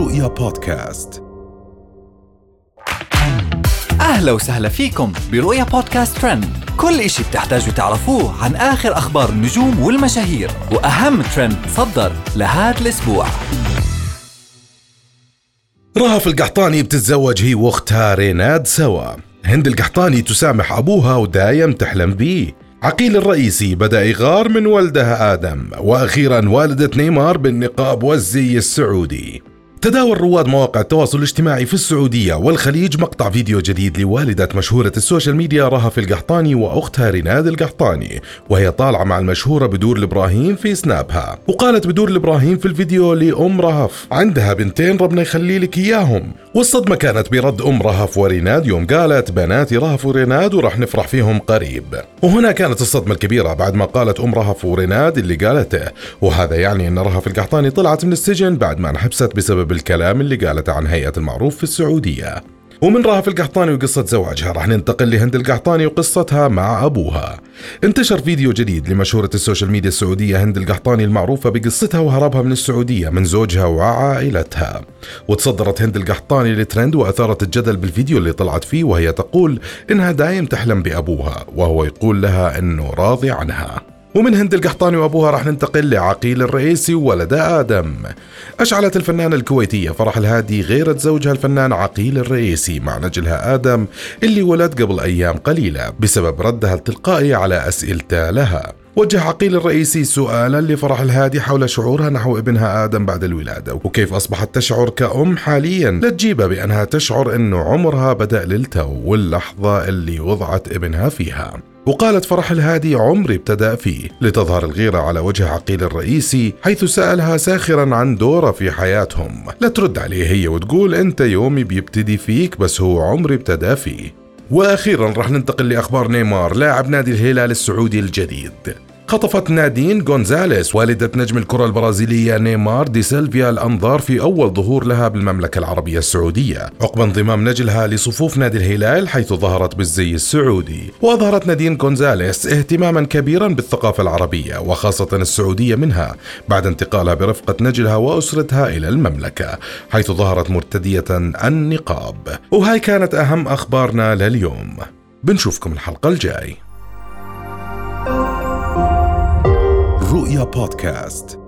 رؤيا بودكاست. أهلا وسهلا فيكم برؤيا بودكاست ترند. كل إشي بتحتاجوا تعرفوه عن آخر أخبار النجوم والمشاهير وأهم ترند صدر لهذا الأسبوع. رهف القحطاني بتتزوج هي واختها ريناد سوا. هند القحطاني تسامح أبوها ودايم تحلم بيه. عقيل الرئيسي بدأ يغار من ولدها آدم. وأخيرا والدة نيمار بالنقاب والزي السعودي. تداول رواد مواقع التواصل الاجتماعي في السعودية والخليج مقطع فيديو جديد لوالدة مشهورة السوشيال ميديا رهف القحطاني وأختها ريناد القحطاني، وهي طالعة مع المشهورة بدور الإبراهيم في سنابها. وقالت بدور الإبراهيم في الفيديو لأم رهف عندها بنتين ربنا يخلي لك إياهم. والصدمة كانت برد أم رهف وريناد يوم قالت بناتي رهف وريناد ورح نفرح فيهم قريب. وهنا كانت الصدمة الكبيرة بعد ما قالت أم رهف وريناد اللي قالته، وهذا يعني أن رهف القحطاني طلعت من السجن بعد ما انحبست بسبب الكلام اللي قالته عن هيئة المعروف في السعودية. ومن رهف القحطاني وقصة زواجها رح ننتقل لهند القحطاني وقصتها مع أبوها. انتشر فيديو جديد لمشهورة السوشيال ميديا السعودية هند القحطاني المعروفة بقصتها وهربها من السعودية من زوجها وعائلتها. وتصدرت هند القحطاني لترند وأثارت الجدل بالفيديو اللي طلعت فيه، وهي تقول إنها دايم تحلم بأبوها وهو يقول لها إنه راضي عنها. ومن هند القحطاني وأبوها رح ننتقل لعقيل الرئيسي وولدها آدم. أشعلت الفنانة الكويتية فرح الهادي غيرة زوجها الفنان عقيل الرئيسي مع نجلها آدم اللي ولد قبل أيام قليلة بسبب ردها التلقائي على أسئلته لها. وجه عقيل الرئيسي سؤالا لفرح الهادي حول شعورها نحو ابنها آدم بعد الولادة، وكيف أصبحت تشعر كأم حاليا، لتجيبها بأنها تشعر أنه عمرها بدأ للتو واللحظة اللي وضعت ابنها فيها. وقالت فرح الهادي عمري ابتدأ فيه، لتظهر الغيرة على وجه عقيل الرئيسي حيث سألها ساخرا عن دوره في حياتهم. لا ترد عليه هي وتقول أنت يومي بيبتدي فيك بس هو عمري ابتدأ فيه. وأخيرا رح ننتقل لأخبار نيمار لاعب نادي الهلال السعودي الجديد. خطفت نادين غونزاليس والدة نجم الكرة البرازيلية نيمار دي سيلفيا الأنظار في أول ظهور لها بالمملكة العربية السعودية عقب انضمام نجلها لصفوف نادي الهلال حيث ظهرت بالزي السعودي. وأظهرت نادين غونزاليس اهتماما كبيرا بالثقافة العربية وخاصة السعودية منها بعد انتقالها برفقة نجلها وأسرتها إلى المملكة حيث ظهرت مرتدية النقاب. وهاي كانت أهم أخبارنا لليوم. بنشوفكم الحلقة الجاي. رؤيا بودكاست.